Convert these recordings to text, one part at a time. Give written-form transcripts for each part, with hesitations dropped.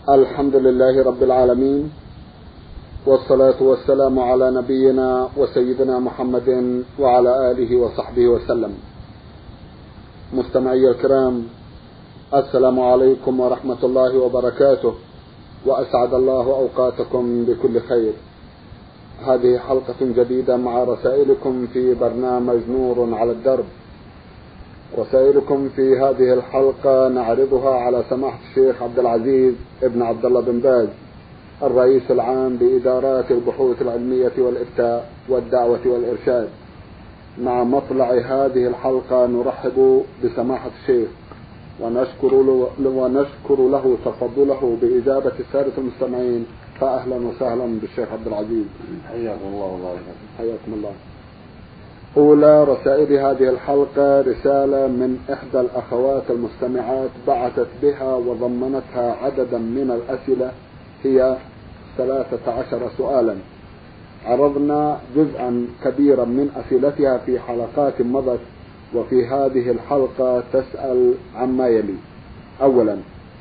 الحمد لله رب العالمين، والصلاة والسلام على نبينا وسيدنا محمد وعلى آله وصحبه وسلم. مستمعي الكرام، السلام عليكم ورحمة الله وبركاته، وأسعد الله أوقاتكم بكل خير. هذه حلقة جديدة مع رسائلكم في برنامج نور على الدرب. رسائلكم في هذه الحلقة نعرضها على سماحة الشيخ عبد العزيز ابن عبد الله بن باز، الرئيس العام بإدارات البحوث العلمية والإفتاء والدعوة والإرشاد. مع مطلع هذه الحلقة نرحب بسماحة الشيخ ونشكر له تفضله بإجابة السادة المستمعين. فأهلا وسهلا بالشيخ عبد العزيز. حياكم الله وبارك حياكم الله. أولى رسائل هذه الحلقة رسالة من إحدى الأخوات المستمعات بعثت بها وضمنتها عددا من الأسئلة، هي 13 سؤالا. عرضنا جزءا كبيرا من أسئلتها في حلقات مضت، وفي هذه الحلقة تسأل عما يلي. أولا،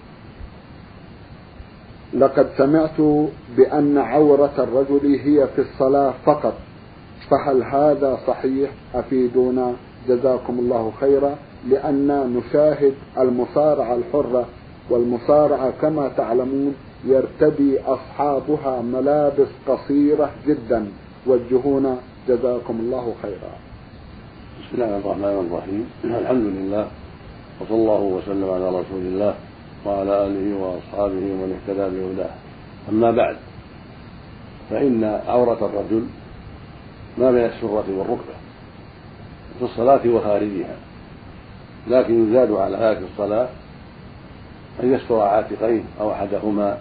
لقد سمعت بأن عورة الرجل هي في الصلاة فقط، فهل هذا صحيح؟ أفيدونا جزاكم الله خيرا، لأننا نشاهد المصارعة الحرة، والمصارعة كما تعلمون يرتدي أصحابها ملابس قصيرة جدا. وجهونا جزاكم الله خيرا. بسم الله الرحمن الرحيم. الحمد لله، وصلى الله وسلم على رسول الله وعلى آله وأصحابه ومن اهتدى بهداه. أما بعد، فإن عورة الرجل ما بين السرة والركبة في الصلاة وخارجها، لكن يزاد على ذلك الصلاة أن يستر عاتقيه أو أحدهما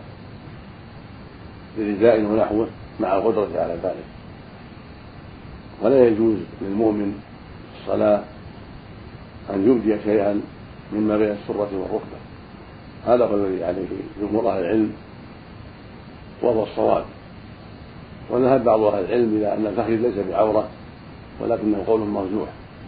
برداء ونحوه مع القدرة على ذلك. ولا يجوز للمؤمن في الصلاة أن يبدي شيئا مما بين السرة والركبة. هذا هو الذي عليه جمهور أهل العلم وهو الصواب. وذهب بعض أهل العلم إلى أن الفخذ ليس بعورة، ولكنه قول مرجوح.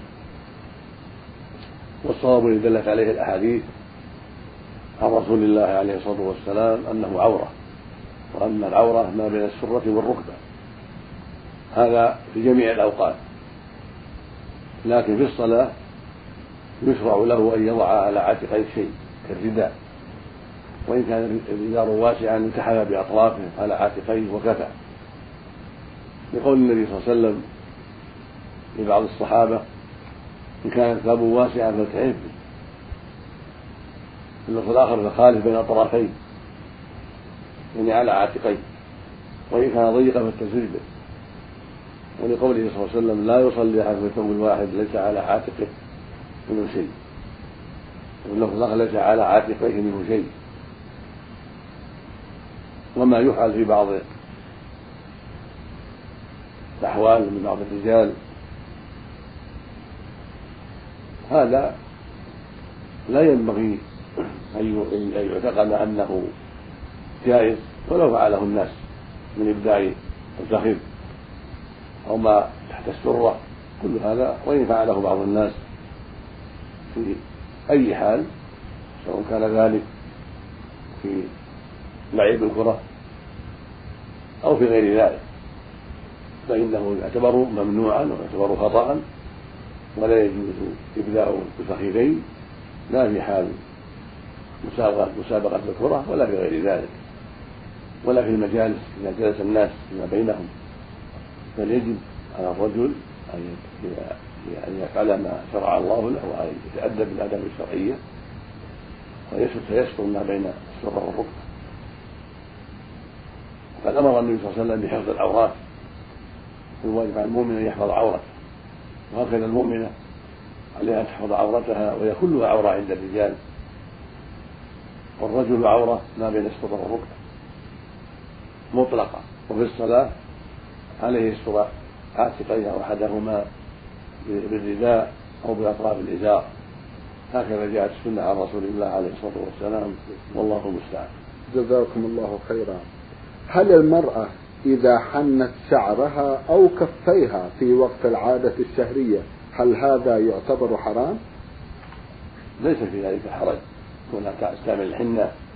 والصواب الذي دلت عليه الأحاديث عن رسول الله عليه الصلاة والسلام أنه عورة، وأن العورة ما بين السرة والركبة، هذا في جميع الأوقات. لكن في الصلاة يشرع له أن يضع على عاتقيه شيء كالرداء، وإن كان الرداء واسعا انتحل بأطرافه على عاتقيه وكفى، لقول النبي صلى الله عليه وسلم لبعض الصحابة: إن كانت ثوبه واسعا فالتحف به. في اللفظ الآخر: فخالف بين طرفيه، يعني على عاتقيه، وإن كان ضيقا فالتزر به. ولقوله صلى الله عليه وسلم: لا يصلي أحد في الثوب الواحد ليس على عاتقه منه شيء. وفي اللفظ الآخر: ليس على عاتقيه منه شيء. وما يفعل في بعض الأحوال من بعض الرجال هذا لا ينبغي أن يعتقد أنه جائز، ولو فعله الناس من إبداع الفخذ أو ما تحت السرة، كل هذا وإن فعله بعض الناس في أي حال، سواء كان ذلك في لعب الكرة أو في غير ذلك، فإنه يعتبر ممنوعا ويعتبر خطأ، ولا يجوز إبداء الفخذين لا في حال مسابقة الكرة ولا في غير ذلك، ولا في المجالس إذا جلس الناس فيما بينهم. بل يجب على الرجل أن يفعل ما شرع الله له، وأن يتأدب بالآداب الشرعية، ويستر ما بين السرة والركبة. قد أمر النبي صلى الله عليه وسلم بحفظ العورات، والواجب على المؤمن أن يحفظ عورته، وهكذا المؤمنة عليها أن تحفظ عورتها، وهي كلها عورة عند الرجال. والرجل عورة ما بين السرة والركبة مطلقة. وفي الصلاة عليه يستر عاتقيه أو أحدهما بالرداء أو بأطراف الإزار، هكذا جاءت السنة عن رسول الله عليه الصلاة والسلام، والله المستعان. جزاكم الله خيرا. هل المرأة إذا حنت شعرها أو كفيها في وقت العادة الشهرية هل هذا يعتبر حرام؟ ليس في ذلك حرج، كونها تستعمل الحنة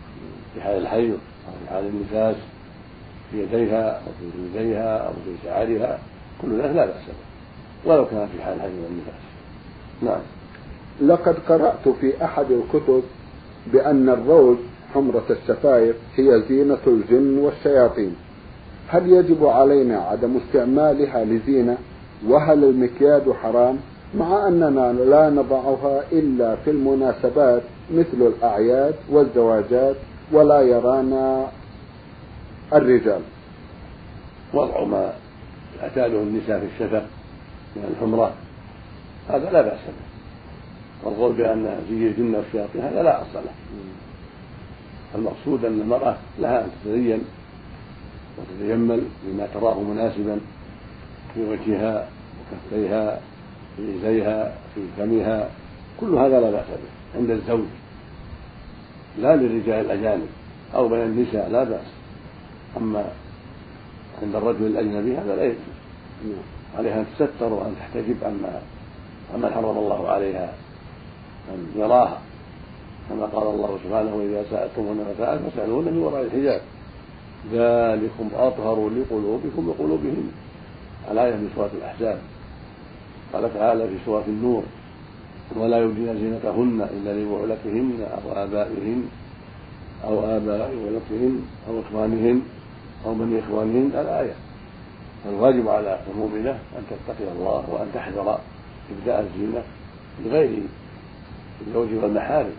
في حال الحيض أو في حال النفاس في يديها أو في رجليها أو في شعرها، كل ذلك لا بأس به ولو كان في حال الحيض والنفاس. نعم. لقد قرأت في أحد الكتب بأن الروج حمرة الشفايف هي زينة الجن والشياطين، هل يجب علينا عدم استعمالها لزينة؟ وهل المكياج حرام مع أننا لا نضعها إلا في المناسبات مثل الأعياد والزواجات ولا يرانا الرجال؟ وضع ما اعتاده النساء في الشفة من الحمرة هذا لا بأس به، والقول بأنها زي الجن والشياطين هذا لا أصل له. المقصود أن المرأة لها أن تتزين وتتجمل بما تراه مناسبا في وجهها وكفيها في يديها في فمها، كل هذا لا بأس به عند الزوج، لا للرجال الأجانب أو بين النساء لا بأس. أما عند الرجل الأجنبي هذا لا يجوز، عليها أن تستر وأن تحتجب عما حرم الله عليها أن يراها، كما قال الله سبحانه: وإذا سألتموهن متاعا فاسألوهن من وراء الحجاب ذلكم أطهر لقلوبكم وقلوبهن. الآية في سورة الأحزاب. قال تعالى في سورة النور: ولا يبدين زينتهن إلا لبعولتهن أو آبائهن أو آباء ولدتهن أو إخوانهن أو بني إخوانهن. الآية. فالواجب على المؤمنة أن تتقي الله وأن تحذر إبداء الزينة لغير الزوج والمحارم.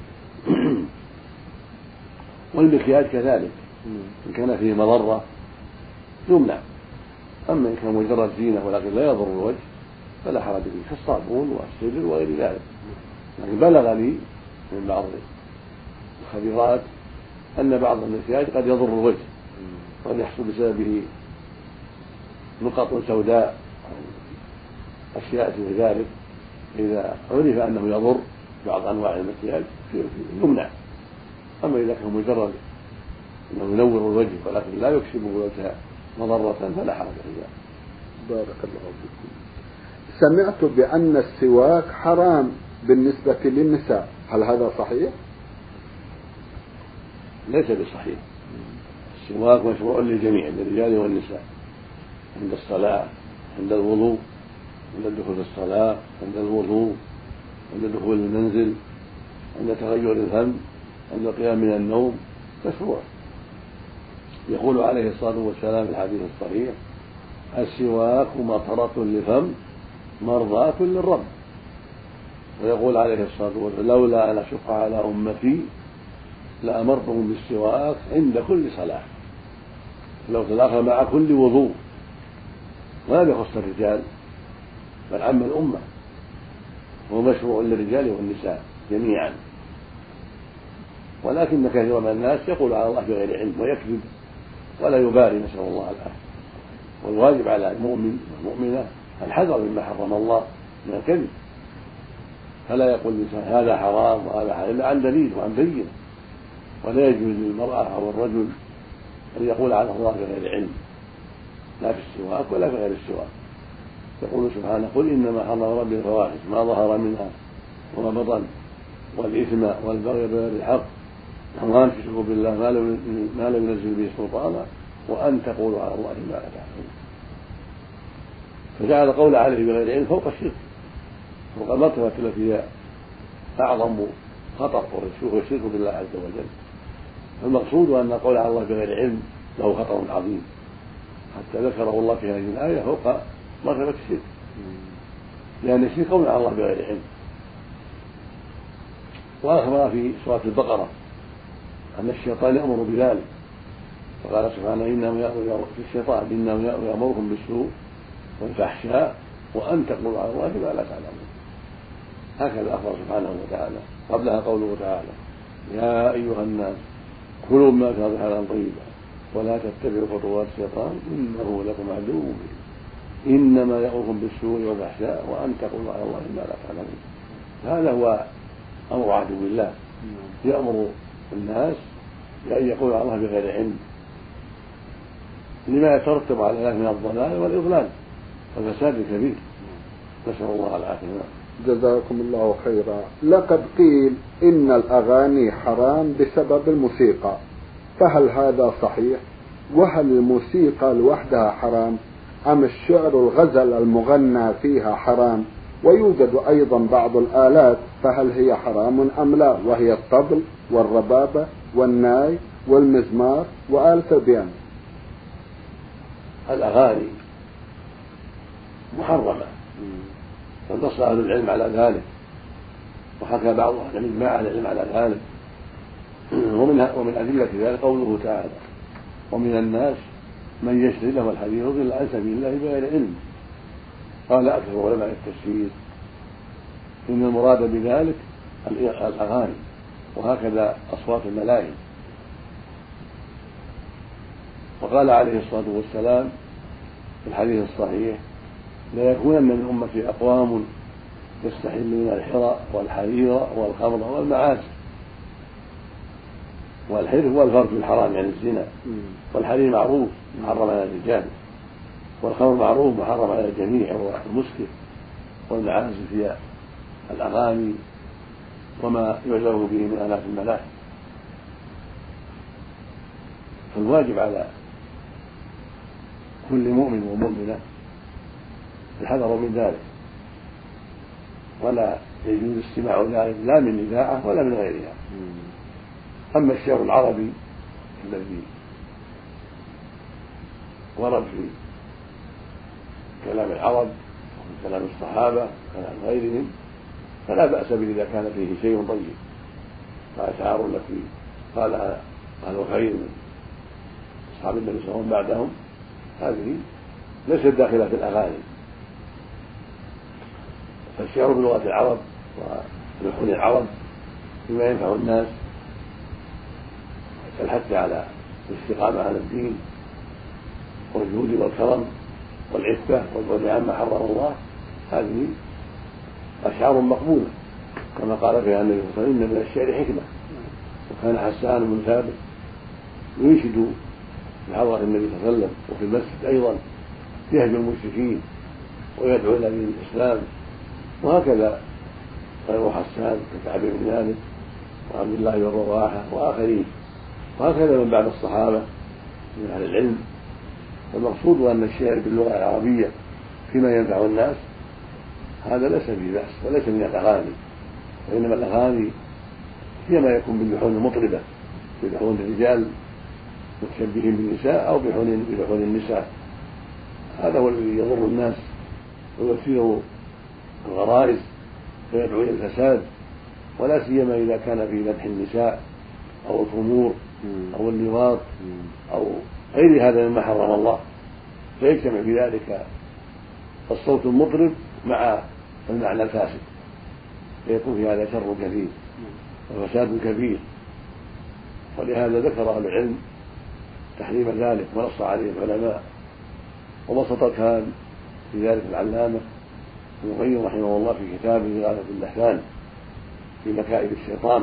والمكياج كذلك إن كان فيه مضرة يمنع، أما إن كان مجرد زينة ولكن لا يضر الوجه فلا حرج فيه، كالصابون والسدر وغير ذلك. لكن بلغني من بعض الخبيرات أن بعض المكياج قد يضر الوجه، قد يحصل بسببه نقط سوداء أو أشياء في ذلك. إذا عرف أنه يضر بعض أنواع المكياج يمنع. أما إذا كان مجرد أنه ينور الوجه ولكن لا يكسب الوجه مضرة فلا حرج فيه. بارك الله فيكم. سمعت بأن السواك حرام بالنسبة للنساء، هل هذا صحيح؟ ليس بصحيح. السواك مشروع للجميع، للرجال والنساء، عند الصلاة، عند الوضوء، عند الدخول في الصلاة، عند الوضوء، عند دخول المنزل، عند تغير الفم، عند القيام من النوم، مشروع. يقول عليه الصلاة والسلام في الحديث الصحيح: السواك مطهرة للفم مرضاة للرب. ويقول عليه الصلاة والسلام: لولا أن أشق على أمتي لأمرتهم بالسواك عند كل صلاة. لو تلاقى مع كل وضوء، ولم يخص الرجال بل عم الأمة، هو مشروع للرجال والنساء جميعا. ولكن كثير من الناس يقول على الله بغير علم ويكذب ولا يبالي، نسأل الله العافية. والواجب على المؤمن والمؤمنة الحذر مما حرم الله من الكذب، فلا يقول الإنسان هذا حرام وهذا حلال إلا عن دليل وعن بينة. ولا يجوز للمرأة أو الرجل أن يقول على الله بغير علم، لا في السواك ولا في غير السواك. يقول سبحانه: قل إنما حرم ربي الفواحش ما ظهر منها وما بطن والإثم والبغي بغير الحق وأن تشركوا بالله ما لم ينزل به سلطانا وأن تقولوا على الله ما لا تعلمون. فجعل القول عليه بغير علم فوق الشرك، فوق المرتبة التي هي أعظم خطر وهو الشرك بالله عز وجل. فالمقصود أن القول على الله بغير علم له خطر عظيم، حتى ذكره الله في هذه الآية فوق مرتبة الشرك، لأن الشرك قول على الله بغير علم. وأخبر في سورة البقرة أن الشيطان يأمر بذلك، فقال سبحانه: إنه في الشيطان إنه يأمركم بالسوء والفحشاء وأن تقولوا على الله ما لا تعلمون. هكذا أخبر سبحانه وتعالى. قبلها قوله تعالى: يا أيها الناس كلوا مما في الأرض حلالا طيبا ولا تتبعوا خطوات الشيطان إنه لكم عدو مبين إنما يأمركم بالسوء والفحشاء وأن تقولوا على الله ما لا تعلمون. هذا هو أمر عدو الله، يأمر الناس بأن يقولوا على الله بغير علم لما يترتب على ذلك من الضلال والإضلال والفساد الكبير، نسأل الله العافية. جزاكم الله خيرا. لقد قيل إن الأغاني حرام بسبب الموسيقى، فهل هذا صحيح؟ وهل الموسيقى لوحدها حرام أم الشعر الغزل المغنى فيها حرام؟ ويوجد أيضا بعض الآلات فهل هي حرام أم لا، وهي الطبل والربابة والناي والمزمار وآلة البيانو. الأغاني محرمة فنص أهل العلم على ذلك، وحكى بعض أهل العلم أهل العلم على ذلك. ومن أدلة ذلك قوله تعالى: ومن الناس من يشتري له الحديث يضل عن سبيل الله بغير علم. قال أكثر علماء التفسير إن المراد بذلك الأغاني، وهكذا أصوات الملاهي. وقال عليه الصلاة والسلام في الحديث الصحيح: لا يكونن من أمتي أقوام يستحلون الحرى والحرير والخمر والمعازف. والحر هو الفرج الحرام يعني الزنا، والحرير معروف محرم على الرجال، والخمر معروف محرم على الجميع والمسكر، والمعازف هي الأغاني وما يعزف به من آلات الملاهي. فالواجب على كل مؤمن ومؤمنة الحذر من ذلك، ولا يجوز استماع ذلك لا من إذاعة ولا من غيرها. أما الشعر العربي الذي ورد في كلام العرب وفي كلام الصحابة وكلام غيرهم فلا بأس به إذا كان فيه شيء طيب، فأشعار التي قالها أهل الخير من أصحاب النبي صلى الله عليه وسلم بعدهم هذه ليست داخلة في الأغاني. فالشعر بلغة العرب ولحون العرب بما ينفع الناس كالحث على الاستقامة على الدين والجود والكرم والعفة والبعد عما حرم الله، هذه أشعار مقبولة كما قال فيها النبي صلى الله عليه وسلم: إن من الشعر حكمة. وكان حسان بن ثابت ينشد في حضرة النبي صلى الله عليه وسلم وفي المسجد أيضا يهجو المشركين ويدعو إلى دين الإسلام. وهكذا غير حسان ككعب بن مالك وعبد الله بن رواحة وآخرين، وهكذا من بعد الصحابة من أهل العلم. والمقصود أن الشعر باللغة العربية فيما ينفع الناس هذا ليس فيه بأس وليس من الأغاني، وإنما الأغاني هي ما يكون باللحون المطربة، بلحون الرجال متشبهين بالنساء أو بلحون النساء. هذا هو الذي يضر الناس ويثير الغرائز ويدعو إلى الفساد، ولا سيما إذا كان في مدح النساء أو الخمور أو اللواط أو غير هذا مما حرم الله، فيجتمع في ذلك الصوت المطرب مع المعنى الفاسد، فيكون في هذا شر كثير وفساد كبير. ولهذا ذكر أهل العلم تحريم ذلك ونص عليه العلماء، وبسط الكلام في ذلك العلامة ابن القيم رحمه الله في كتابه غاية اللحفان في مكائد الشيطان.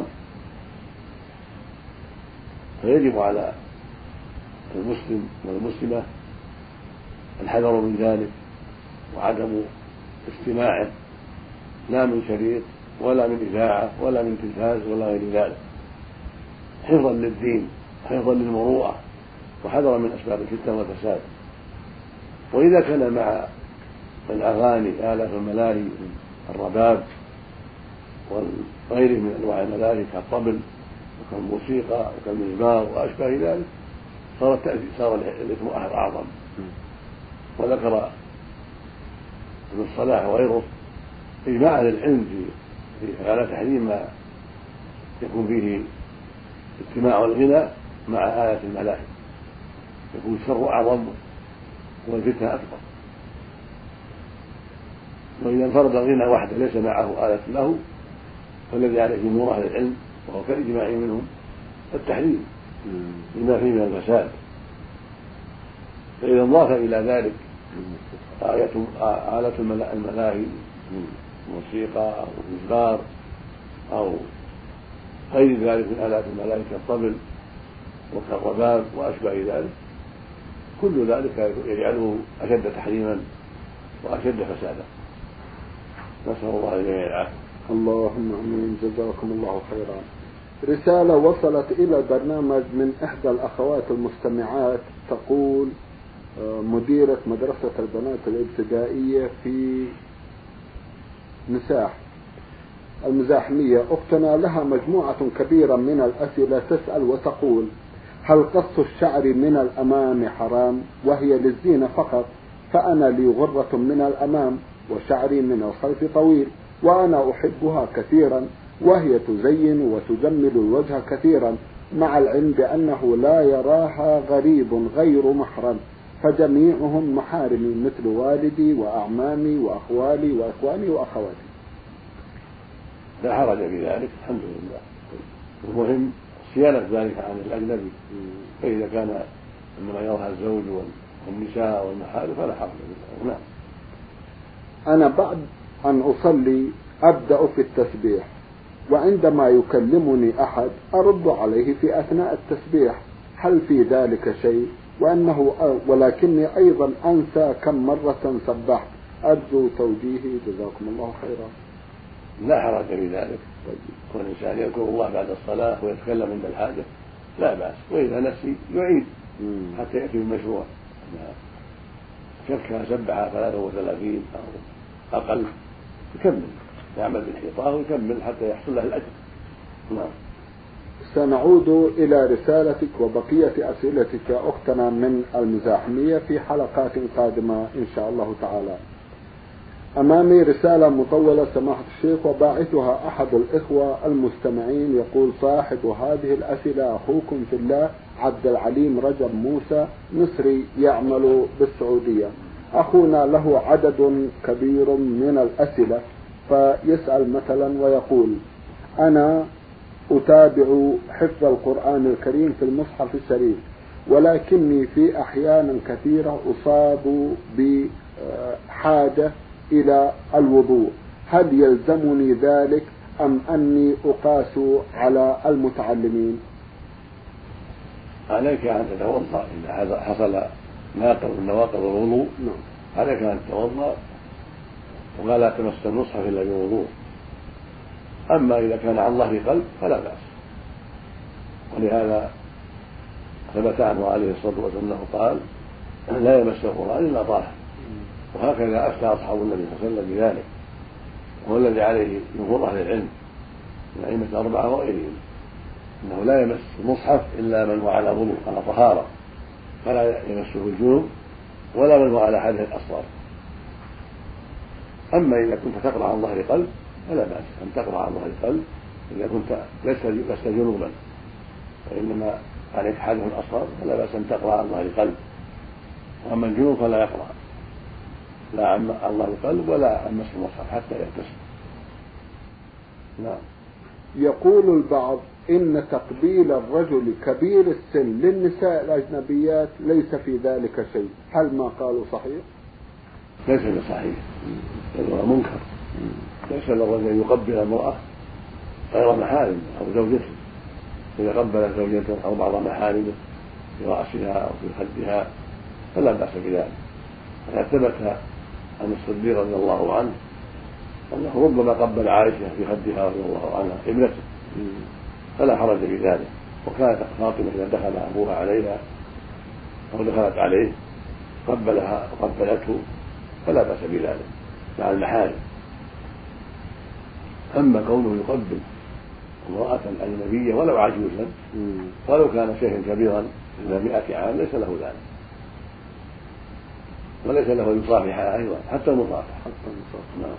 فيجب على المسلم والمسلمة الحذر من ذلك وعدم استماعه، لا من شريط ولا من إذاعة ولا من تلفاز ولا غير ذلك، حفظا للدين حفظا للمروءة وحذرا من أسباب الفتنة والفساد. وإذا كان مع الأغاني آلات الملاهي الرباب وغيره من أنواع الملاهي كالطبل وكالموسيقى وكالمزمار وأشباه ذلك صار الإثم أعظم. وذكر ابن الصلاح وغيره إجماع أهل العلم على تحريم ما يكون فيه استماع الغنى مع آلة الملاهي، يكون الشر أعظم والفتنة أكبر. وإذا انفرد الغنى وحده ليس معه آلة له فالذي عليه جمهور أهل العلم وهو كالإجماع منهم التحريم لما فيه من الفساد. فإذا انضاف إلى ذلك آلة الملاهي من موسيقى أو مزمار أو غير ذلك من آلات الملاهي كالطبل وكالرباب وأشباه ذلك، كل ذلك يجعله أشد تحريما وأشد فسادا. نسأل الله الجميع العافية. اللهم آمين. جزاكم الله خيرا. رسالة وصلت إلى البرنامج من إحدى الأخوات المستمعات تقول: مديرة مدرسة البنات الابتدائية في مساح المزاحمية، أختنا لها مجموعة كبيرة من الأسئلة، تسأل وتقول: هل قص الشعر من الأمام حرام؟ وهي للزينة فقط، فأنا لي غرة من الأمام وشعري من الخلف طويل، وأنا أحبها كثيرا، وهي تزين وتجمل الوجه كثيرا، مع العلم بأنه لا يراها غريب غير محرم، فجميعهم محارمي مثل والدي وأعمامي وأخوالي وأخواني وأخواتي. لا حرج في ذلك، الحمد لله. المهم صيانة ذلك عن الأجنبي، فإذا كان إنما يراها الزوج والنساء والمحارم فلا حرج في ذلك. نعم. أنا بعد أن أصلي أبدأ في التسبيح، وعندما يكلمني أحد أرد عليه في أثناء التسبيح، هل في ذلك شيء؟ ولكني أيضا أنسى كم مرة سبحت، أرجو توجيهي، جزاكم الله خيرا. لا حرج في ذلك، كل إنسان يذكر الله بعد الصلاة ويتكلم عند الحاجة لا بأس، وإذا نسي يعيد حتى يأتي بالمشروع. شك سبح 33 أو أقل يكمل، يعمل بالحيطان ويكمل حتى يحصل له الأجر. نعم. سنعود إلى رسالتك وبقية أسئلتك يا أختنا من المزاحمية في حلقات قادمة إن شاء الله تعالى. أمامي رسالة مطولة سماحة الشيخ، وباعثها أحد الإخوة المستمعين، يقول صاحب هذه الأسئلة: أخوكم في الله عبد العليم رجب موسى، مصري يعمل بالسعودية. أخونا له عدد كبير من الأسئلة، فيسأل مثلا ويقول: أنا أتابع حفظ القرآن الكريم في المصحف الشريف، ولكني في أحيان كثيرة أصاب بحاجة إلى الوضوء، هل يلزمني ذلك أم أني أقاس على المتعلمين؟ عليك أن تتوضأ إذا حصل ناقض من نواقض الوضوء. عليك أن تتوضأ ولا تمس المصحف إلا بوضوء. أما إذا كان عن ظهر قلب فلا بأس، ولهذا ثبت عنه عليه الصلاة والسلام أنه قال: لا يمس القرآن إلا طاهر. وهكذا أفتى أصحاب النبي صلى الله عليه وسلم بذلك، وهو الذي عليه جمهور أهل العلم من أئمة الأربعة وغيرهم، أنه لا يمس المصحف إلا من هو على وضوء على طهارة، فلا يمسه الجنوب ولا من هو على حدث الأصغر. أما إذا كنت تقرأ عن ظهر قلب فلا بأس أن تقرأ عن ظهر قلب إذا كنت لست جنوبا، وإنما عليك حدث أصغر فلا بأس أن تقرأ عن ظهر قلب. وأما الجنوب فلا يقرأ لا عن ظهر قلب ولا عن مس المصحف حتى يغتسل. نعم. يقول البعض إن تقبيل الرجل كبير السن للنساء الأجنبيات ليس في ذلك شيء، هل ما قالوا صحيح؟ ليس بصحيح، هذا منكر. ليس للرجل أن يقبل المرأة غير محارم أو زوجته، إذا قبل زوجته أو بعض محارمه في رأسها أو في خدها فلا بأس بذلك. وقد ثبت عن الصديق رضي الله عنه أنه ربما قبل عائشة في خدها رضي الله عنها ابنته، فلا حرج في ذلك. وكانت فاطمة إذا دخل أبوها عليها أو دخلت عليه قبلها وقبلته فلا بأس بذلك مع المحارم. أما كونه يقبل امرأة أجنبية ولو عجوزا ولو كان شيخا كبيرا إلى 100 عام ليس له ذلك، وليس له يصافحها أيضا حتى المصافحة. نعم.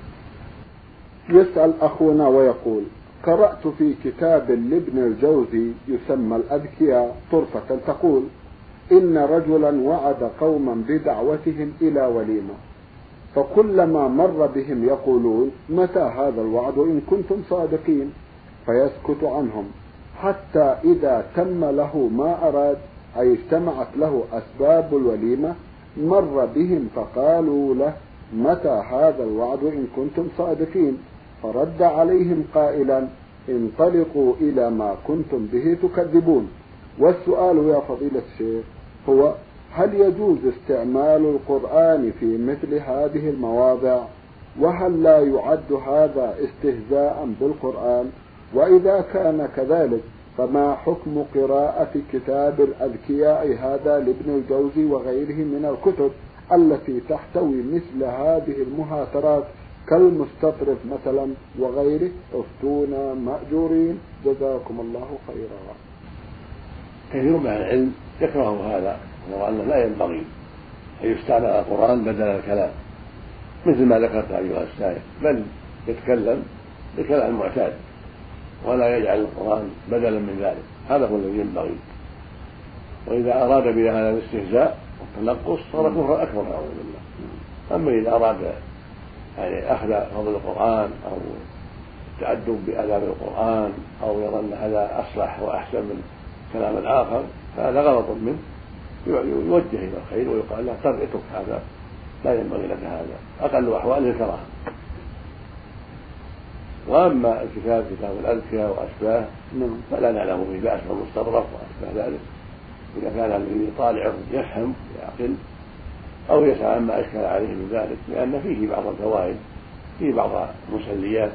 يسأل أخونا ويقول: قرأت في كتاب لابن الجوزي يسمى الأذكياء طرفة تقول: إن رجلا وعد قوما بدعوتهم إلى وليمة، فكلما مر بهم يقولون: متى هذا الوعد إن كنتم صادقين؟ فيسكت عنهم، حتى إذا تم له ما أراد أي اجتمعت له أسباب الوليمة مر بهم فقالوا له: متى هذا الوعد إن كنتم صادقين؟ فرد عليهم قائلا: انطلقوا إلى ما كنتم به تكذبون. والسؤال يا فضيلة الشيخ هو: هل يجوز استعمال القرآن في مثل هذه المواضع؟ وهل لا يعد هذا استهزاء بالقرآن؟ وإذا كان كذلك فما حكم قراءة كتاب الأذكياء هذا لابن الجوزي وغيره من الكتب التي تحتوي مثل هذه المهاترات كالمستطرف مثلا وغيره؟ افتونا مأجورين جزاكم الله خيرا. كثير من العلم يكره هذا، وأنه لا ينبغي أن يستعمل القرآن بدل الكلام مثل ما ذكرت أيها السائل، بل يتكلم بالكلام المعتاد ولا يجعل القرآن بدلا من ذلك، هذا هو الذي ينبغي. وإذا أراد بهذا الاستهزاء والتنقص صار كفرا أكبر نعوذ بالله. أما إذا أراد يعني أخذ فضل القرآن أو التأدب بآداب القرآن أو يرى أن هذا أصلح وأحسن من كلام الآخر فهذا غلط منه، يوجه إلى الخير ويقال له اترك هذا، لا ينبغي لك هذا، أقل أحواله الكراهة. وأما كتاب الأذكياء وأشباه فلا نعلم به بأس والمستظرف وأشباه ذلك، إذا كان الذي يطالعه يفهم يعقل أو يسعى عما أشكل عليه من ذلك، لأن فيه بعض الفوائد، فيه بعض المسليات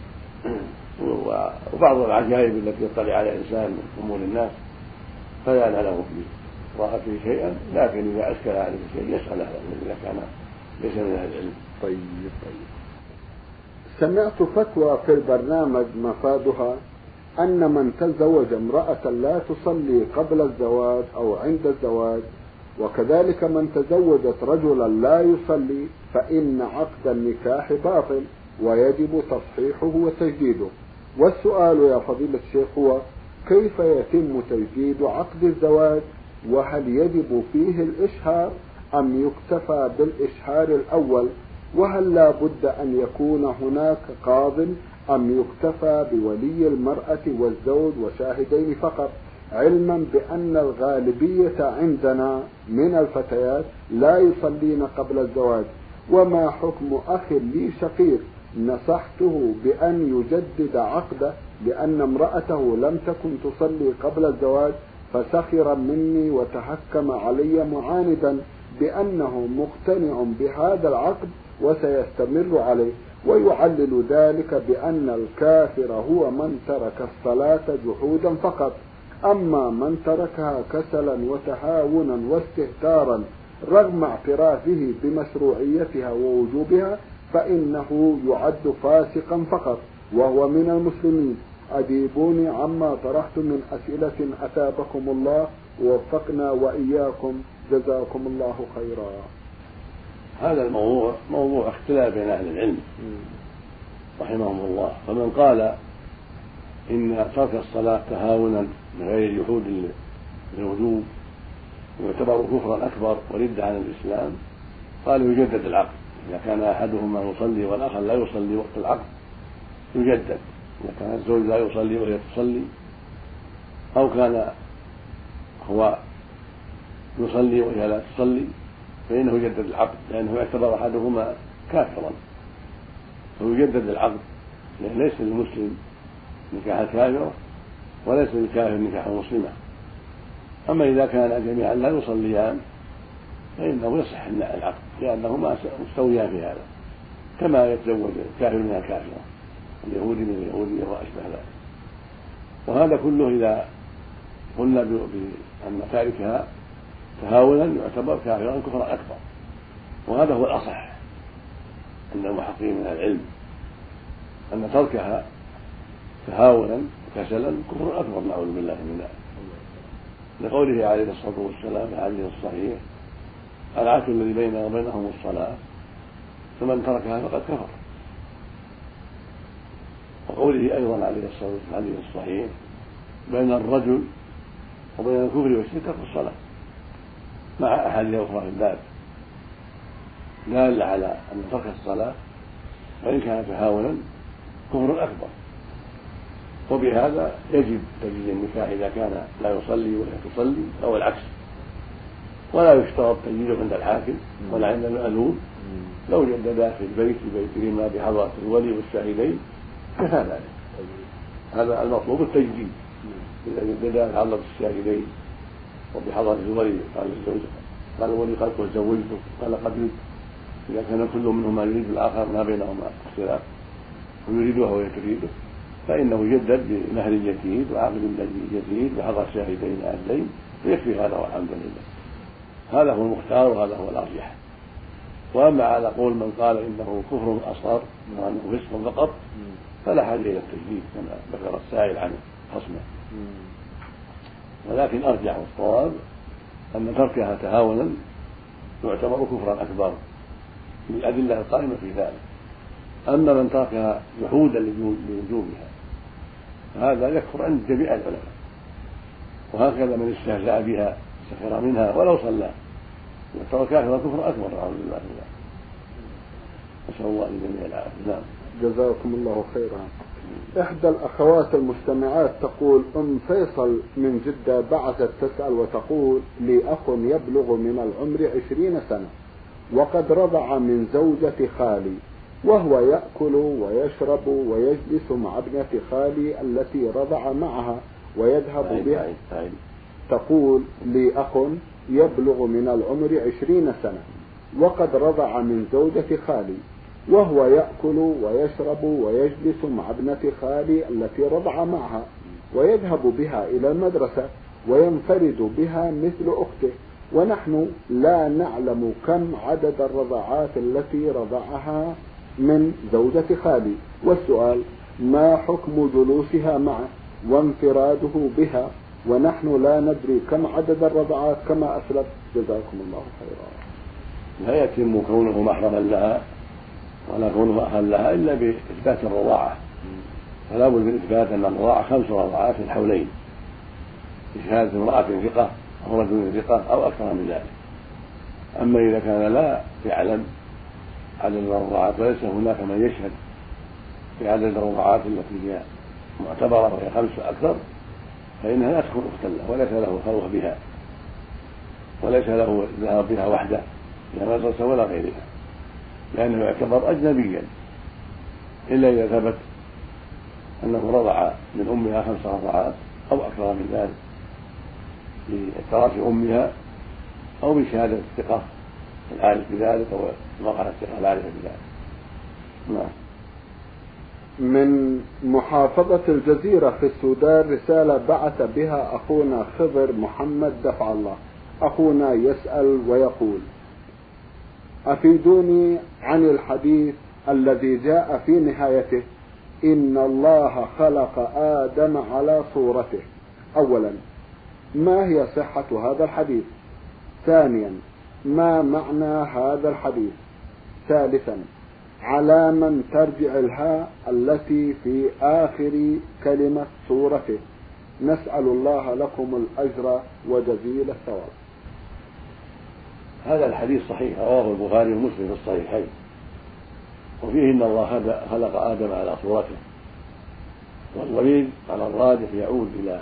وبعض العجائب التي يطلع على الإنسان من أمور الناس، فلا نعلم في قراءته شيئا، لكن إذا أشكل عليه شيء يسأل أهله إذا كان ليس من أهل العلم. طيب. سمعت فتوى في البرنامج مفادها أن من تزوج امرأة لا تصلي قبل الزواج أو عند الزواج، وكذلك من تزوجت رجلا لا يصلي، فإن عقد النكاح باطل ويجب تصحيحه وتجديده. والسؤال يا فضيلة الشيخ هو كيف يتم تجديد عقد الزواج؟ وهل يجب فيه الإشهار أم يكتفى بالإشهار الأول؟ وهل لا بد أن يكون هناك قاض أم يكتفى بولي المرأة والزوج وشاهدين فقط، علما بأن الغالبية عندنا من الفتيات لا يصلين قبل الزواج؟ وما حكم أخ لي شقيق نصحته بأن يجدد عقده لأن امرأته لم تكن تصلي قبل الزواج، فسخر مني وتحكم علي معاندا بأنه مقتنع بهذا العقد وسيستمر عليه، ويعلل ذلك بأن الكافر هو من ترك الصلاة جحودا فقط، أما من تركها كسلا وتهاونا واستهتارا رغم اعترافه بمشروعيتها ووجوبها فإنه يعد فاسقا فقط وهو من المسلمين. أجيبوني عما طرحت من أسئلة أثابكم الله ووفقنا وإياكم جزاكم الله خيرا. هذا الموضوع موضوع اختلاف بين أهل العلم رحمهم الله، فمن قال إن ترك الصلاة تهاونا من غير جحود للوجوب يعتبر كفرا أكبر ورد عن الإسلام قال يجدد العقد، إذا كان أحدهما يصلي والآخر لا يصلي وقت العقد يجدد، إذا كان الزوج لا يصلي وهي تصلي أو كان هو يصلي وهي لا تصلي فإنه يجدد العقد، لأنه يعتبر أحدهما كافرا فيجدد العقد، لأن ليس للمسلم نكاح الكافرة وليس للكافر نكاح المسلمة. أما إذا كان جميعا لا يصليان فإنه يصح العقد، لأنهما مستويان في هذا، كما يتزوج الكافر من الكافرة اليهودي من اليهودية وأشبه ذلك. وهذا كله إذا قلنا بأن تاركها تهاونا يعتبر كافرا كفرا أكبر، وهذا هو الأصح عند المحققين من العلم، أن تركها تهاونا وكسلا كفر أكبر نعوذ بالله من ذلك، لقوله عليه الصلاة والسلام في الحديث الصحيح العهد الذي بيننا وبينهم الصلاة فمن تركها فقد كفر، وقوله أيضا عليه الصلاة والسلام في الحديث الصحيح بين الرجل وبين الكفر والشرك ترك الصلاة، مع أحاديث أخرى في الباب دالة على أن ترك الصلاة وإن كان تهاونا كفر أكبر، وبهذا يجب تجديد النكاح إذا كان لا يصلي ولا تصلي أو العكس، ولا يشترط تجديده عند الحاكم ولا عند المأذون، لو جددا في البيت ببيتهما بحضرة الولي والشاهدين كفى ذلك. هذا المطلوب التجديد، إذا جددا بحضرة الشاهدين وبحضرة الولي قال الزوج قال الولي قد زوجته قال قبلت، إذا كان كل منهما يريد الآخر ما بينهما اختلاف ويريده وهي تريده فإنه يجدد بمهر جديد وعقد جديد بحضر شاهدين عدلين ويكفي هذا والحمد لله. هذا هو المختار وهذا هو الأرجح. وأما على قول من قال إنه كفر أصغر وأنه فسق فقط فلا حاجة إلى التجديد كما ذكر السائل عن خصمه، ولكن أرجح الصواب أن تركها تهاونا يعتبر كفرا أكبر بالأدلة القائمة في ذلك. أما من تركها جحودا لوجوبها هذا يكفر عند جميع العلماء، وهكذا من استهزأ بها سخر منها ولو صلى يعتبر كافرا كفرا أكبر أعوذ بالله من ذلك. نسأل الله للجميع العافية. نعم. جزاكم الله خيرا. إحدى الأخوات المستمعات تقول: أم فيصل من جدة بعثت تسأل وتقول: لي أخ يبلغ من العمر 20 سنة وقد رضع من زوجة خالي، وهو يأكل ويشرب ويجلس مع ابنة خالي التي رضع معها ويذهب بها. تقول: لي أخ يبلغ من العمر 20 سنة وقد رضع من زوجة خالي، وهو يأكل ويشرب ويجلس مع ابنة خالي التي رضع معها ويذهب بها إلى المدرسة وينفرد بها مثل أخته، ونحن لا نعلم كم عدد الرضعات التي رضعها من زوجة خالي، والسؤال: ما حكم جلوسها معه وانفراده بها ونحن لا ندري كم عدد الرضعات كما أسلف؟ جزاكم الله خيرا. لا يتم كونه محرما لها ولا كونه أخا لها إلا بإثبات الرضاعة، فلا بد من إثبات أن الرضاعة 5 رضعات في الحولين بشهادة امرأة ثقة أو رجل ثقة أو أكثر من ذلك. أما إذا كان لا يعلم عدد الرضعات وليس هناك من يشهد في عدد الرضعات التي هي معتبرة وهي 5 أكثر فإنها لا تكون أختا له وليس له خلوة بها وليس له ذهاب بها وحده إلى مدرسة ولا غيرها، لأنه يعتبر أجنبيا إلا إذا ثبت أنه رضع من أمها 5 رضعات أو أكثر من ذلك باعتراف أمها أو بشهادة الثقة العارف بذلك أو المرأة الثقة العارفة بذلك. نعم. من محافظة الجزيرة في السودان رسالة بعث بها أخونا خضر محمد دفع الله. أخونا يسأل ويقول: أفيدوني عن الحديث الذي جاء في نهايته: إن الله خلق آدم على صورته. أولا، ما هي صحة هذا الحديث؟ ثانيا، ما معنى هذا الحديث؟ ثالثا، على من ترجع الهاء التي في آخر كلمة صورته؟ نسأل الله لكم الأجر وجزيل الثواب. هذا الحديث صحيح رواه البخاري ومسلم في الصحيحين، وفيه إن الله خلق آدم على صورته، والضمير على الراجح يعود إلى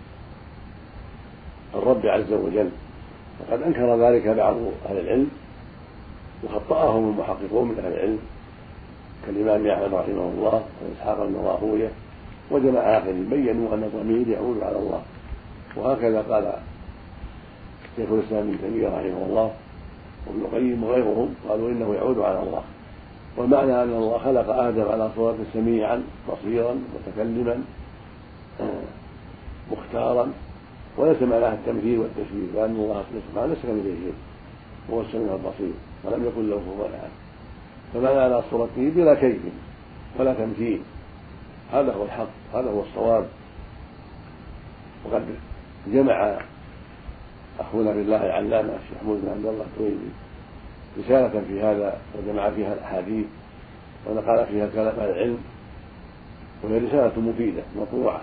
الرب عز وجل، وقد أنكر ذلك بعض أهل العلم وخطأهم المحققون من أهل العلم كالإمام أحمد رحمه الله وإسحاق بن راهويه وجماعة آخرين بينوا أن الضمير يعود على الله، وهكذا قال شيخ الإسلام ابن تيمية رحمه الله وابن القيم وغيرهم قالوا إنه يعود على الله. والمعنى أن الله خلق آدم على صورة سميعا بصيرا متكلما مختارا، وليس معناه التمثيل والتشبيه، لأن الله سبحانه ليس كمثله شيء وهو السميع البصير ولم يكن له كفوا أحد، فمعنى على صورته بلا كيف ولا تمثيل. هذا هو الحق، هذا هو الصواب. وقد جمع أخونا بالله العلامة الشيخ محمود بن عبد الله التويبي رسالة في هذا وجمع فيها الأحاديث ونقل فيها كلام العلم، وهي رسالة مفيدة مطبوعة.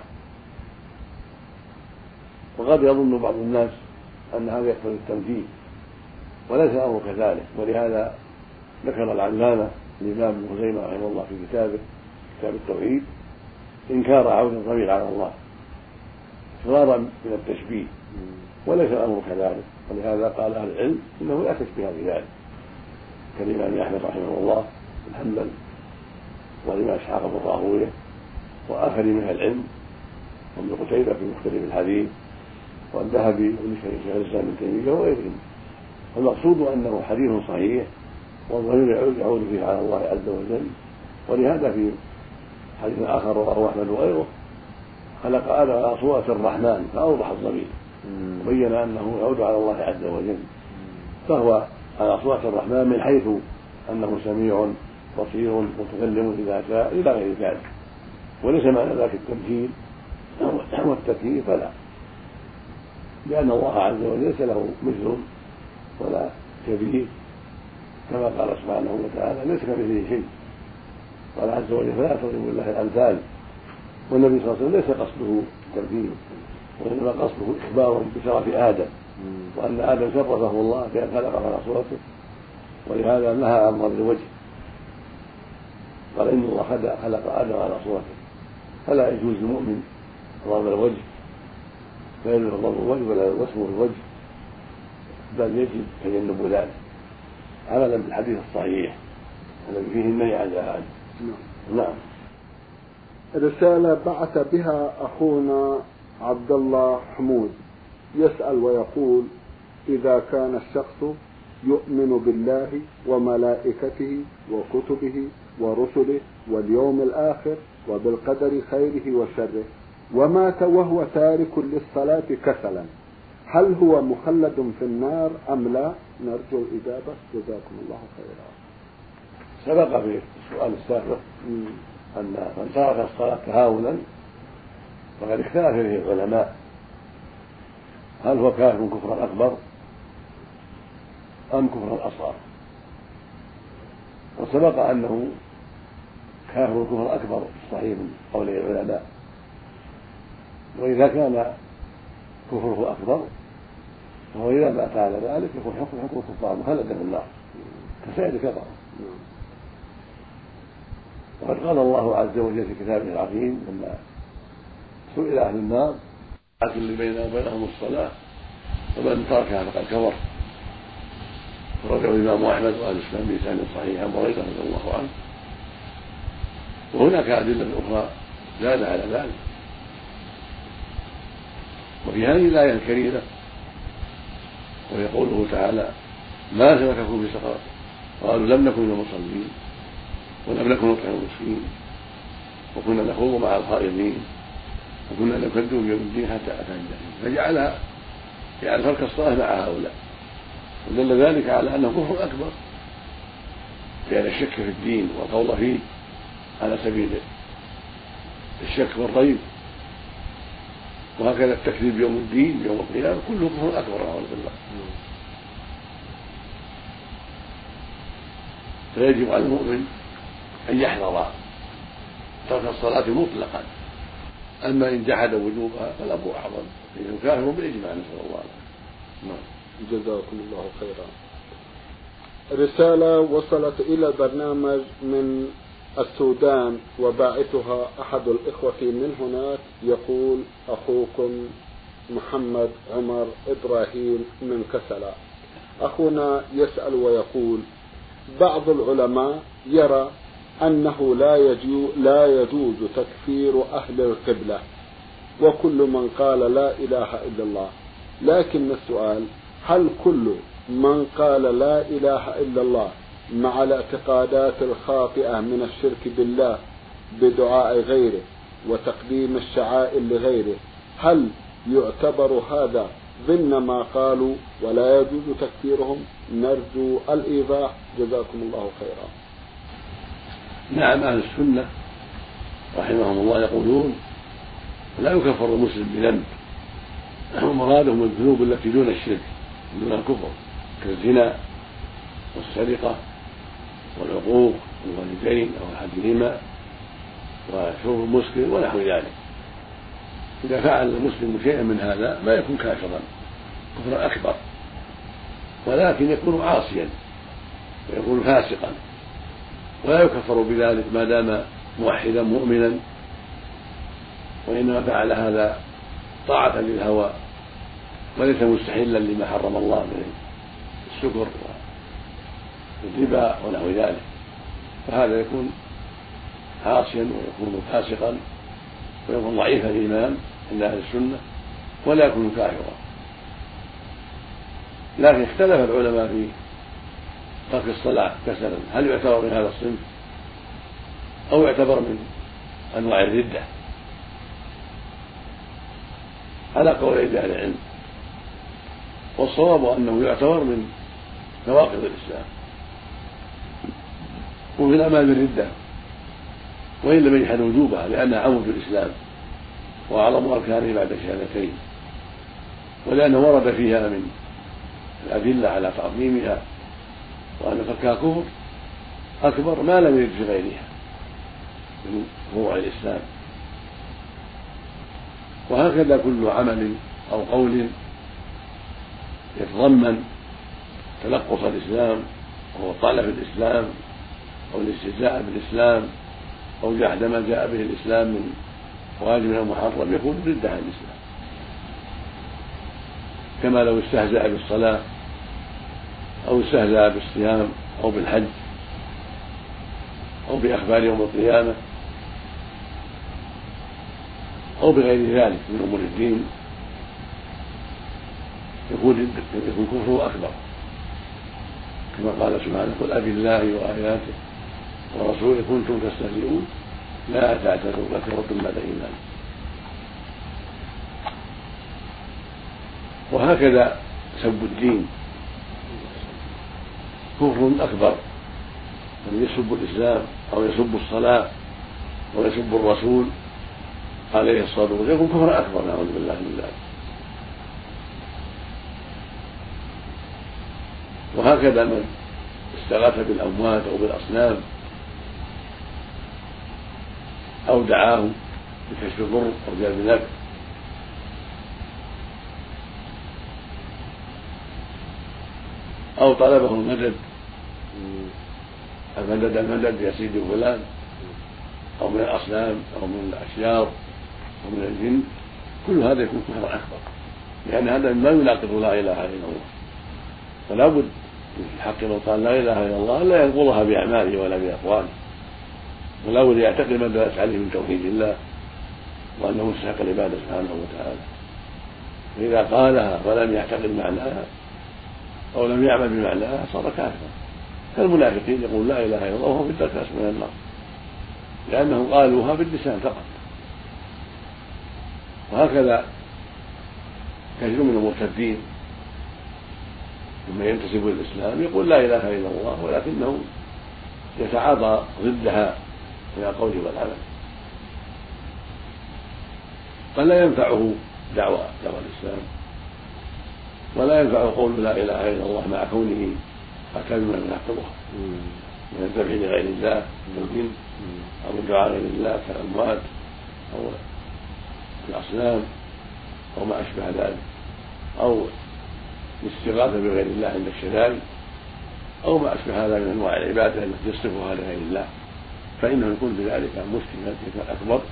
وقد يظن بعض الناس أن هذا يقتضي التمثيل، وليس الأمر كذلك، ولهذا ذكر العلامة الإمام ابن خزيمة رحمه الله في كتاب التوحيد إنكار عود الضمير على الله فرارا من التشبيه، وليس الأمر كذلك، ولهذا قال أهل العلم إنه لا تشبيه بذلك كالإمام أحمد رحمه الله بن حنبل والإمام إسحاق بن راهويه وآخرين من أهل العلم وابن قتيبة في مختلف الحديث والذهبي وشيخ الإسلام ابن تيمية وغيرهم. والمقصود أنه حديث صحيح والضمير يعود فيه على الله عز وجل، ولهذا في حديث آخر رواه أحمد وغيره: خلق آدم على صورة الرحمن فأوضح الضمير وبين أنه يعود على الله عز وجل، فهو على صورة الرحمن من حيث أنه سميع بصير متكلم إذا شاء إلى غير ذلك، وليس معنى ذلك التمثيل والتكييف فلا، لأن الله عز وجل ليس له مثل ولا شبيه، كما قال سبحانه وتعالى: ليس كمثله شيء. قال عز وجل: فلا تضربوا لله الأمثال. والنبي صلى الله عليه وسلم ليس قصده التمثيل، وإنما قصده إخبار بشرف آدم، وأن آدم شرفه الله بأن خلقه على صورته، ولهذا نهى عن ضرب الوجه. قال: إن الله خلق آدم على صورته، فلا يجوز للمؤمن ضرب الوجه، لا يجوز ضرب الوجه ولا وسمه الوجه، بل يجب تجنب ذلك عملا بالحديث الصحيح الذي فيه النهي عن ذلك. نعم. رسالة بعث بها أخونا عبد الله حمود يسأل ويقول: إذا كان الشخص يؤمن بالله وملائكته وكتبه ورسله واليوم الآخر وبالقدر خيره وشره، ومات وهو تارك للصلاة كسلا، هل هو مخلد في النار أم لا؟ نرجو الإجابة، جزاكم الله خيرا. سبق في السؤال السابق أن من ترك الصلاة تهاونا فقد اختلف فيه العلماء، هل هو كافر كفرا أكبر أم كفرا أصغر؟ وسبق أنه كافر كفرا أكبر صحيح من قول العلماء، وإذا كان كفره أكبر فهو إذا مات على ذلك يكون حكم الكفار مخلدا في النار كسائر كفر. وقد قال الله عز وجل في كتابه العظيم لما سئل أهل النار: اللي بيننا وبينهم الصلاة ومن تركها فقد كفر. فرجعه الإمام أحمد وأهل الإسلام بلسان صحيح عن بريدة رضي الله عنه. وهناك أدلة أخرى زاد على ذلك، وفي هذه الآية الكريمة وهي قوله تعالى: ما سلككم في سقر؟ قالوا: لم نكن من المصلين ولم نكن نطعم المسكين وكنا نخوض مع الخائضين وكنا نكذب بيوم الدين حتى أتانا اليقين. فجعل ترك الصلاة مع هؤلاء، ودل ذلك على أنه كفر أكبر، لأن الشك في الدين والقول فيه على سبيل الشك والريب، وهكذا التكذيب بيوم الدين يوم القيامة كله كفر أكبر نعوذ بالله. فيجب على المؤمن أن يحذر ترك الصلاة مطلقا، أما إن جحد وجوبها فالأمر أعظم، فإنه كافر بالإجماع، نسأل الله العافية. جزاكم الله خيرا. رسالة وصلت إلى البرنامج من السودان وباعثها أحد الإخوة من هناك، يقول: أخوكم محمد عمر إبراهيم من كسلا. أخونا يسأل ويقول: بعض العلماء يرى أنه لا يجوز تكفير أهل القبلة وكل من قال لا إله إلا الله، لكن السؤال: هل كل من قال لا إله إلا الله مع الاعتقادات الخاطئة من الشرك بالله بدعاء غيره وتقديم الشعائر لغيره، هل يعتبر هذا ضمن ما قالوا ولا يجوز تكفيرهم؟ نرجو الإيضاح، جزاكم الله خيرا. نعم، أهل السنة رحمهم الله يقولون: لا يكفر المسلم بذنب، ومرادهم الذنوب التي دون الشرك دون الكفر، كالزنا والسرقة والعقوق الوالدين أو أحدهما وشرب المسكر ونحو ذلك. إذا فعل المسلم شيئا من هذا ما يكون كافرا كفرا أكبر، ولكن يكون عاصيا ويكون فاسقا، ولا يكفر بذلك ما دام موحدا مؤمنا، وإنما فعل هذا طاعة للهوى وليس مستحلا لما حرم الله من السكر والربا ونحو ذلك، فهذا يكون عاصيا ويكون فاسقا ويكون ضعيف الإيمان عند أهل السنة ولا يكون كافرا. لكن اختلف العلماء في ترك الصلاة كسلا، هل يعتبر من هذا الصنف أو يعتبر من أنواع الردة على قولي أهل العلم، والصواب أنه يعتبر من نواقض الإسلام ومن أعمال الردة، وإن لم يجحد وجوبها لأنها عمود الإسلام وأعظم أركانه بعد الشهادتين، ولأنه ورد فيها من الأدلة على تعظيمها وأن تركها كفر أكبر ما لم يرد في غيرها من فروع الإسلام. وهكذا كل عمل أو قول يتضمن تنقص الإسلام أو الطعن في الإسلام أو الاستهزاء بالإسلام أو جحد ما جاء به الإسلام من واجب أو محرم يكون ردة عن الإسلام، كما لو استهزأ بالصلاة أو استهزأ بالصيام أو بالحج أو بأخبار يوم القيامة أو بغير ذلك من أمور الدين يكون كفره أكبر، كما قال سبحانه: قل أبالله وآياته ورسوله كنتم تستهزئون لا تعتذروا قد كفرتم بعد إيمانكم. وهكذا سب الدين كفر أكبر، من يسب الإسلام أو يسب الصلاة أو يسب الرسول عليه الصلاة والسلام يكون كفر أكبر، نعوذ بالله من ذلك. وهكذا من استغاث بالأموات أو بالأصنام أو دعاهم بكشف الضر أو جلب النفع أو طلبه المدد يا سيدي فلان أو من الأصنام أو من الأشجار أو من الجن، كل هذا يكون كفرا أكبر، لأن هذا ما يناقض لا إله إلا الله. فلا بد في الحق من قال لا إله إلا الله لا ينقضها بأعماله ولا بأقواله، ولا بد يعتقد ما دلت عليه من توحيد الله وأنه مستحق العبادة سبحانه وتعالى. فإذا قالها فلم يعتقد معناها أو لم يعمل بمعناها صار كافرا، كالمنافقين يقول لا إله إلا الله وهو في الدرك الأسفل من النار، لأنهم قالوها باللسان فقط. وهكذا كثير من المرتدين ثم ينتسب للإسلام يقول لا إله إلا الله ولكنه يتعاطى ضدها من القول والعمل، فلا ينفعه دعوى الإسلام ولا ينفع قول لا إله إلا الله مع كونه أتى بما يناقضها من الذبح لغير الله كالجن أو الدعاء غير الله كالأموات أو الأصنام أو ما أشبه ذلك، أو الاستغاثة بغير الله عند الشدائد أو ما أشبه هذا من أنواع العبادة التي يصرفها لغير الله، فإنه يكون بذلك مسلما أكبر،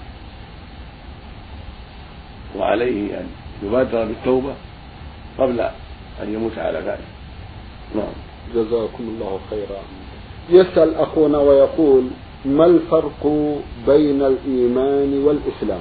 وعليه أن يبادر بالتوبة قبل أن يموت على ذلك. نعم. جزاكم الله خيرا. يسأل أخونا ويقول: ما الفرق بين الإيمان والإسلام؟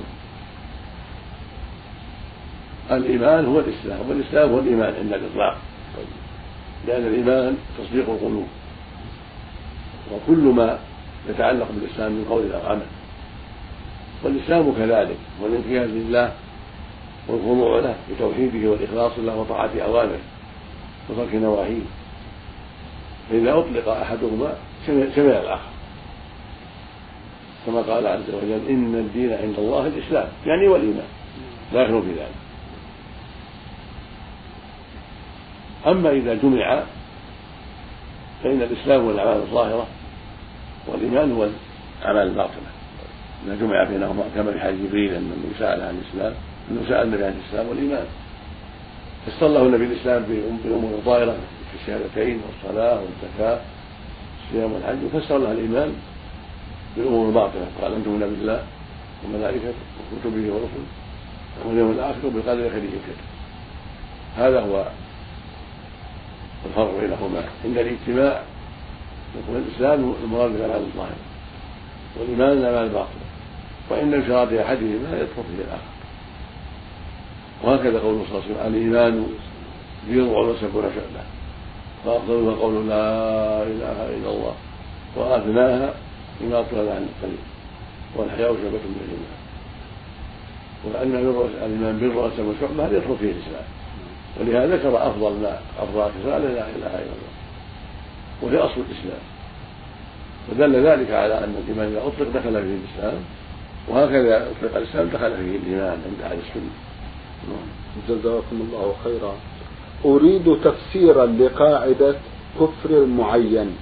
الإيمان هو الإسلام والإسلام هو الإيمان عند الإطلاق، لأن الإيمان تصديق القلوب، وكل ما يتعلق بالإسلام من قول أو عمل، والإسلام كذلك والانقياد لله والخضوع له بتوحيده والإخلاص له وطاعة أوامره وترك نواهيه، فإذا أطلق أحدهما شمل الآخر، كما قال عز وجل: إن الدين عند الله الإسلام، يعني والإيمان داخل في ذلك. أما إذا جمع فإن الإسلام هو الأعمال الظاهرة والإيمان هو الأعمال الباطنة، إذا جمع بينهما، كما في حديث جبريل أنه سأل عن الإسلام، أنه سأل النبي عن الإسلام والإيمان، فسر له النبي الإسلام بالأمور الظاهرة كالشهادتين والصلاة والزكاة والصيام والحج، وفسر له الإيمان بالأمور الباطنة، قال: أن تؤمن بالله وملائكته وكتبه ورسله واليوم الآخر وبالقدر خيره وشره. هذا هو الفرق بينهما. عند الاجتماع يكون الإسلام المراد بالأعمال الظاهرة والإيمان الأعمال الباطنة، وإن انفراد أحدهما يدخل فيه الآخر. وهكذا قوله صلى الله عليه وسلم: الإيمان بضع وسبعون شعبة فأفضلها قول لا إله إلا الله وأدناها إماطة عن الطريق والحياء شعبة من الإيمان، وأن الإيمان بالرأس والشعبة هذا يدخل فيه الإسلام، ولهذا ذكر أفضل خصال لا إله إلا الله وهي أصل الإسلام، ودل ذلك على أن الإيمان إذا أطلق دخل فيه الإسلام، وهكذا أطلق الإسلام دخل فيه الإيمان عند أهل السنة. جزاكم الله خيرا. أريد تفسيرا لقاعدة كفر المعين.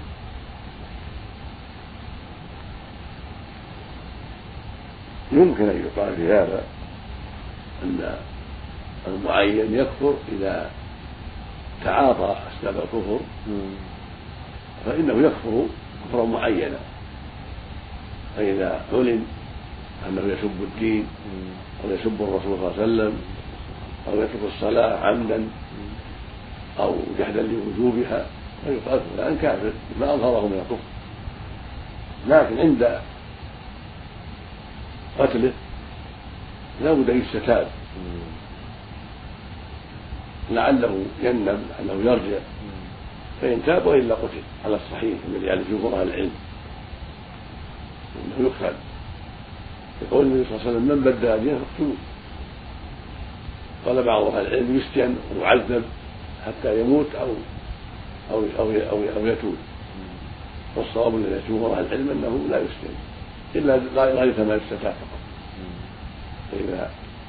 يمكن أن يقال في هذا أن المعين يكفر إذا تعاطى أسباب الكفر، فإنه يكفر كفرا معينا، فإذا علم أنه يسب الدين أو يسب الرسول صلى الله عليه وسلم أو يترك الصلاة عمدا أو جحدا لوجوبها فيقال فلان كافر ما أظهره من الكفر، لكن عند قتله لا بد أن يستتاب لعله يندم لعله يرجع، فإن تاب وإلا قتل على الصحيح الذي عليه جمهور أهل العلم أنه يقتل، يقول النبي صلى الله عليه وسلم من بدل دينه فاقتلوه. قال بعض أهل العلم يسجن ويعذب حتى يموت أو يتوب، والصواب الذي جمهور أهل العلم أنه لا يسجن إلا غاية ما يستتاب فقط، فإذا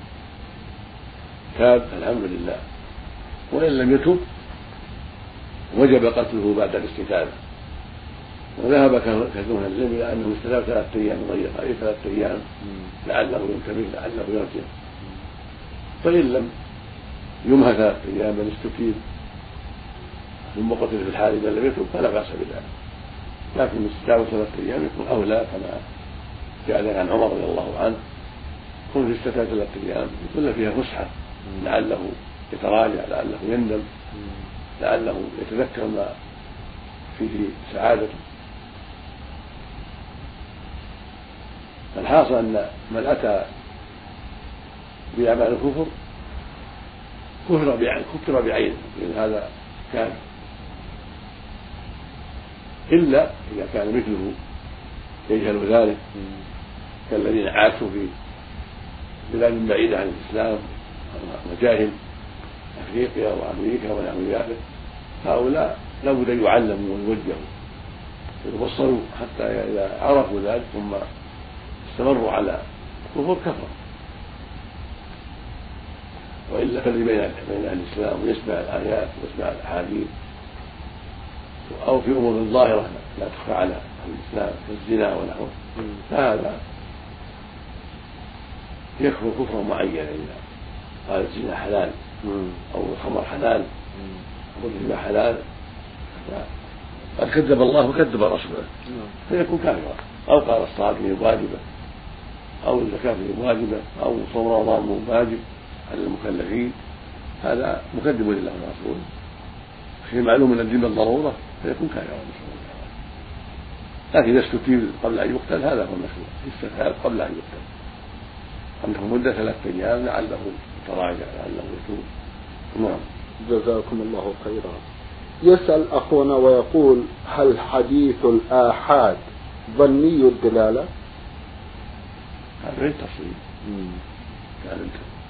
تاب الحمد لله، وإن لم يتب وجب قتله بعد الاستتابة. وذهب كثير من العلم إلى أنه استتاب 3 أيام ضيقة، أي 3 أيام لعله ينتبه لعله يرجع، فإن لم يمهى 3 أيام بل استتيب ثم قتل في الحال إذا لم يتب فلا بأس بذلك، لكن الاستتابة 3 أيام يكون أولى، كما جاء عن عمر رضي الله عنه كن في استتابة 3 أيام يكون فيها فسحة لعله يتراجع، لعله يندم، لعله يتذكر ما فيه سعادته. الحاصل أن من أتى بأعمال الكفر كفر بعينه، لأن هذا كان إلا إذا كان مثله يجهل ذلك كالذين عاشوا في بلاد بعيدة عن الإسلام وجاهل أفريقيا وأمريكا ونحو ذلك، هؤلاء لا بد أن يعلموا ويوجهوا ويبصروا حتى إذا عرفوا ذلك ثم استمروا على الكفر كفر، وإلا فالذي بين أهل الإسلام ويسمع الآيات ويسمع الأحاديث أو في أمور ظاهرة لا تخفى على أهل الإسلام كالزنا ونحوه، فهذا يكفر كفرا معينا إذا قال الزنا حلال أو الخمر حلال أو الربا حلال قد كذب الله وكذب رسوله فيكون كافرا، أو قال الصلاة واجبة أو الزكاة واجبة أو صوم رمضان واجب على المكلفين، هذا مكذب لله ورسوله، شيء معلوم من الدين بالضرورة فيكون كافرا. لكن إذا استتيب قبل أن يقتل هذا هو المشروع، يستتاب قبل أن يقتل عنده مدة 3 أيام لعله يتراجع لعله يتوب. نعم. جزاكم الله خيرا. يسأل أخونا ويقول هل حديث الآحاد ظني الدلالة؟ هذا غير تصريح، كانت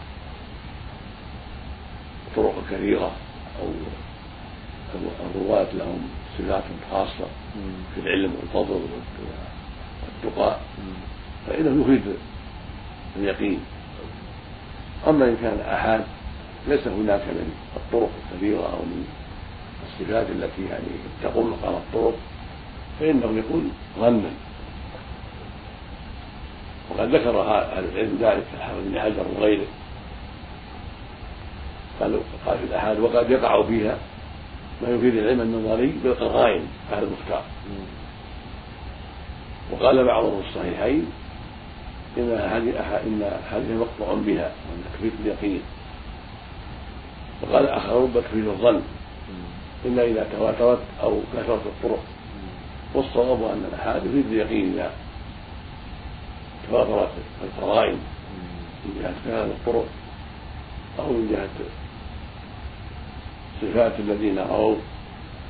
طرق كثيرة أو الرواة لهم صفات خاصة في العلم والفضل والتقى، فإنه يفيد اليقين. أما إن كان آحاد ليس هناك من الطرق الكثيرة أو من الصفات التي يعني تقوم مقام الطرق فإنه يكون ظنا، وقد ذكر أهل العلم ذلك كالحافظ بن حجر وغيره، قال في الآحاد وقد يقع فيها ما يفيد العلم النظري بالقرائن أهل المختار، وقال بعضهم الصحيحين إن حديث مقطوع بها وأن تكفير اليقين، وقال آخرون تكفير الظن إلا إذا تواترت أو كثرت الطرق، والصواب أن الآحاد يفيد اليقين إذا تواترت القرائن من جهة كثرة الطرق أو من جهة صفات الذين رووا،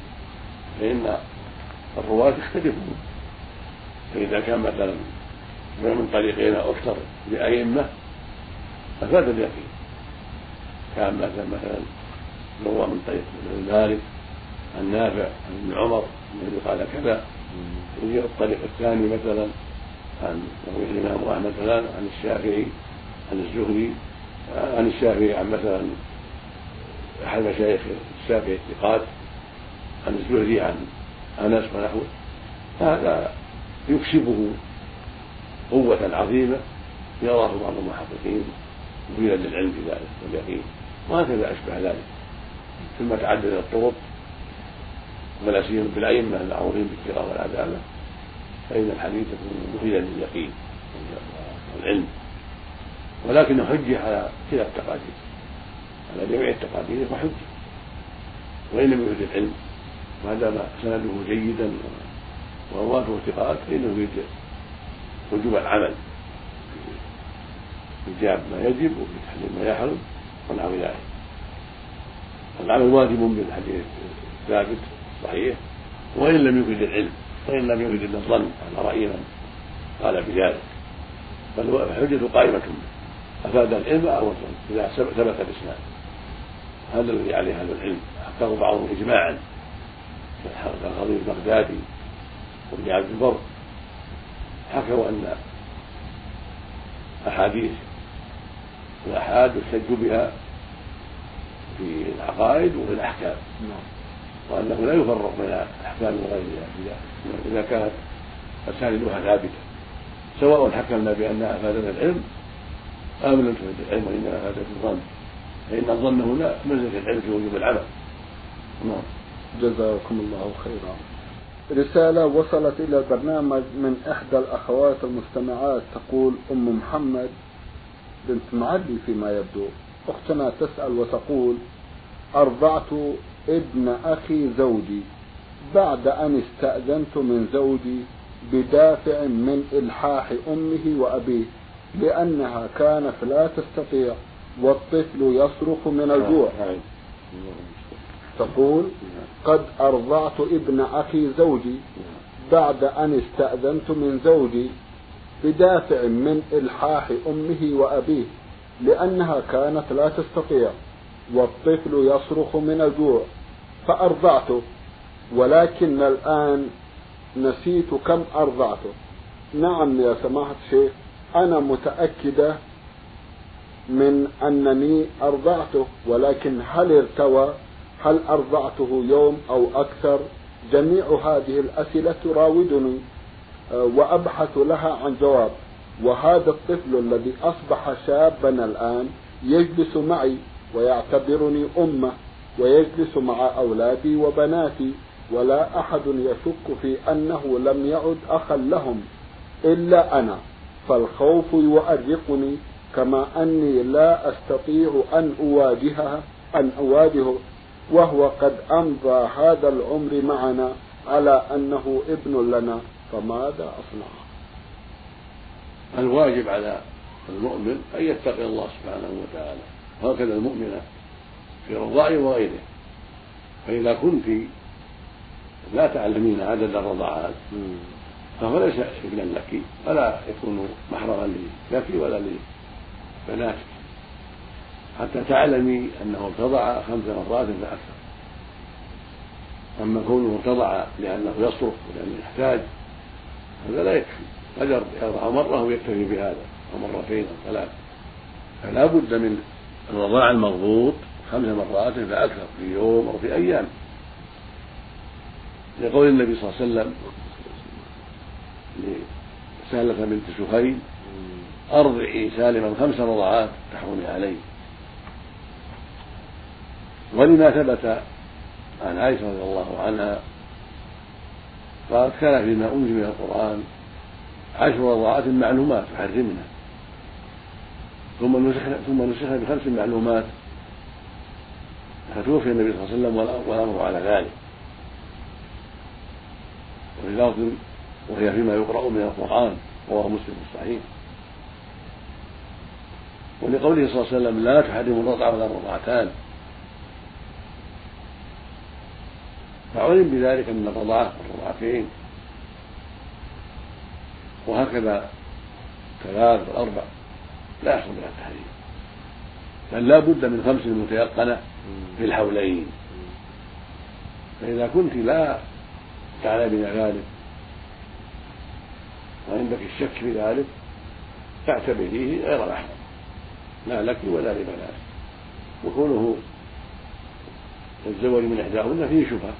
فإن الرواة يختلفون، فإذا كان مثلا من طريقين أو أكثر لأئمة أفاد اليقين، كان مثلا روى من طريق مالك عن نافع عن ابن عمر الذي قال كذا، يجي الطريق الثاني مثلا عن الإمام أحمد مثلا عن الشافعي عن الزهري عن الشافعي عن مثلا أحد مشايخ الشافعي الثقات عن الزهري عن أنس ونحوه، هذا يكسبه قوة عظيمة يراه بعض المحققين مفيدا للعلم في ذلك واليقين، وهكذا أشبه ذلك. ثم تعدد الطرق ولا سيما بالأئمة المعروفين بالثقة والعدالة، فإن الحديث يكون مفيدا لليقين والعلم، ولكن حجة على كلا التقادير، على جميع التقادير وحجة، وإن لم يفيد العلم وهذا ما سنده جيدا ورواته ثقات فإنه يفيد وجوب العمل بإيجاب ما يجب وبتحريم ما يحرم ونحو ذلك. العمل واجب بالحديث الثابت صحيح وإن لم يفيد العلم، وإن لم يفيد إلا الظن على رأي من قال بذلك، بل الحجة قائمة أفاد العلم أو الظن إذا ثبت الإسناد، هذا الذي عليه أهل العلم، حكاه بعضهم إجماعا كالخطيب البغدادي وابن عبد البر، حكوا أن أحاديث الآحاد يحتج بها في العقائد وفي الأحكام، وأنه لا يفرق بين الأحكام وغيرها إذا كانت أسانيدها ثابتة، سواء حكمنا بأنها أفادت العلم أم لم تفد العلم وإنما أفادت الظن، فإن الظن هنا منزلة العلم في وجوب العمل. جزاكم الله خيرا. رسالة وصلت إلى البرنامج من إحدى الأخوات المستمعات، تقول أم محمد بنت معلي فيما يبدو، أختنا تسأل وتقول: أرضعت ابن أخي زوجي بعد أن استأذنت من زوجي بدافع من إلحاح أمه وأبيه لأنها كانت لا تستطيع والطفل يصرخ من الجوع. تقول: قد أرضعت ابن أخي زوجي بعد أن استأذنت من زوجي بدافع من إلحاح أمه وأبيه لأنها كانت لا تستطيع والطفل يصرخ من الجوع فأرضعته، ولكن الآن نسيت كم أرضعته. نعم يا سماحة الشيخ، أنا متأكدة من أنني أرضعته، ولكن هل ارتوى؟ هل أرضعته يوم أو أكثر؟ جميع هذه الأسئلة تراودني وأبحث لها عن جواب. وهذا الطفل الذي أصبح شابا الآن يجلس معي ويعتبرني أمه ويجلس مع أولادي وبناتي، ولا أحد يشك في أنه لم يعد أخا لهم إلا أنا، فالخوف يؤرقني كما أني لا أستطيع أن أواجهه وهو قد أمضى هذا العمر معنا على أنه ابن لنا، فماذا أصنع؟ الواجب على المؤمن أن يتقي الله سبحانه وتعالى، وهكذا المؤمنة في رضاعه وغيره. فإذا كنت لا تعلمين عدد الرضاعات فهو ليس ابنا لك ولا يكون محرما لك ولا لبناتك حتى تعلمي أنه ارتضع 5 مرات فأكثر. أما كونه ارتضع لأنه يصرف ولأنه يحتاج هذا لا يكفي، قد يرضع مرة ويكتفي بهذا أو مرتين أو 3، فلا بد من الرضاع المضبوط 5 مرات فأكثر في يوم أو في أيام، لقول النبي صلى الله عليه وسلم لسهلة بنت سهيل: أرضعي سالما 5 رضعات تحرمي عليه. ولما ثبت عن عائشة رضي الله عنها قالت: كان فيما أنزل من القرآن 10 رضعات معلومات تحرمنا، ثم نسخنا ب5 معلومات، فتوفي النبي صلى الله عليه وسلم والأمر على ذلك. وفي لفظ: وهي فيما يقرأ من القرآن، رواه مسلم في الصحيح. ولقوله صلى الله عليه وسلم: لا تحرم الرضع ولا الرضعتان، فعلم بذلك أن الرضعة والرضعتين وهكذا والثلاث والأربع لا يحصل بها التحريم، بل لا بد من 5 متيقنة في الحولين. فإذا كنت لا تعلمين ذلك وعندك الشك في ذلك فاعتبريه غير محرم لا لك ولا لبناتك، وكونه الزواج من إحداهن فيه شبهة،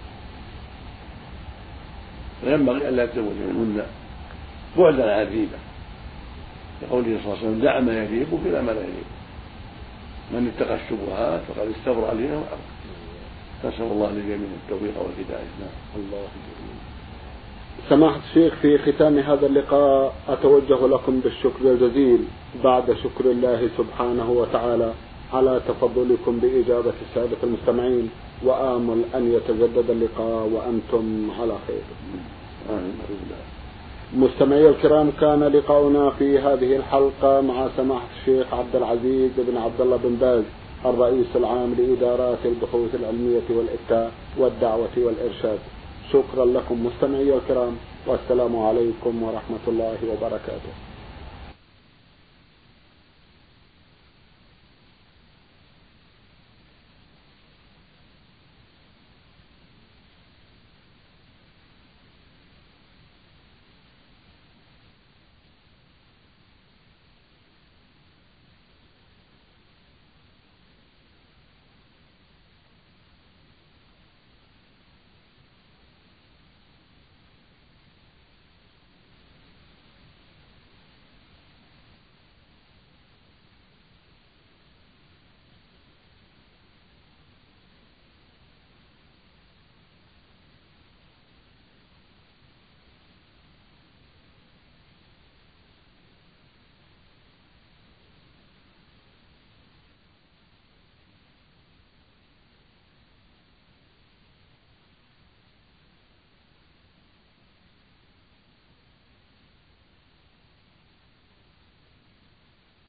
فينبغي ألا يتزوج منهن بعدا عن الريبة، لقوله صلى الله عليه وسلم دع ما يريبك إلى ما لا يريبك، من اتقى الشبهات فقد استبرأ دينه وعرضه. نسأل الله للجميع التوفيق والهداية. الله سماحة الشيخ، في ختام هذا اللقاء أتوجه لكم بالشكر الجزيل بعد شكر الله سبحانه وتعالى على تفضلكم بإجابة السادة المستمعين، وآمل أن يتجدد اللقاء وأنتم على خير. مستمعي الكرام، كان لقاؤنا في هذه الحلقة مع سماحة الشيخ عبد العزيز بن عبد الله بن باز الرئيس العام لإدارات البحوث العلمية والإفتاء والدعوة والإرشاد. شكرا لكم مستمعي الكرام، والسلام عليكم ورحمة الله وبركاته.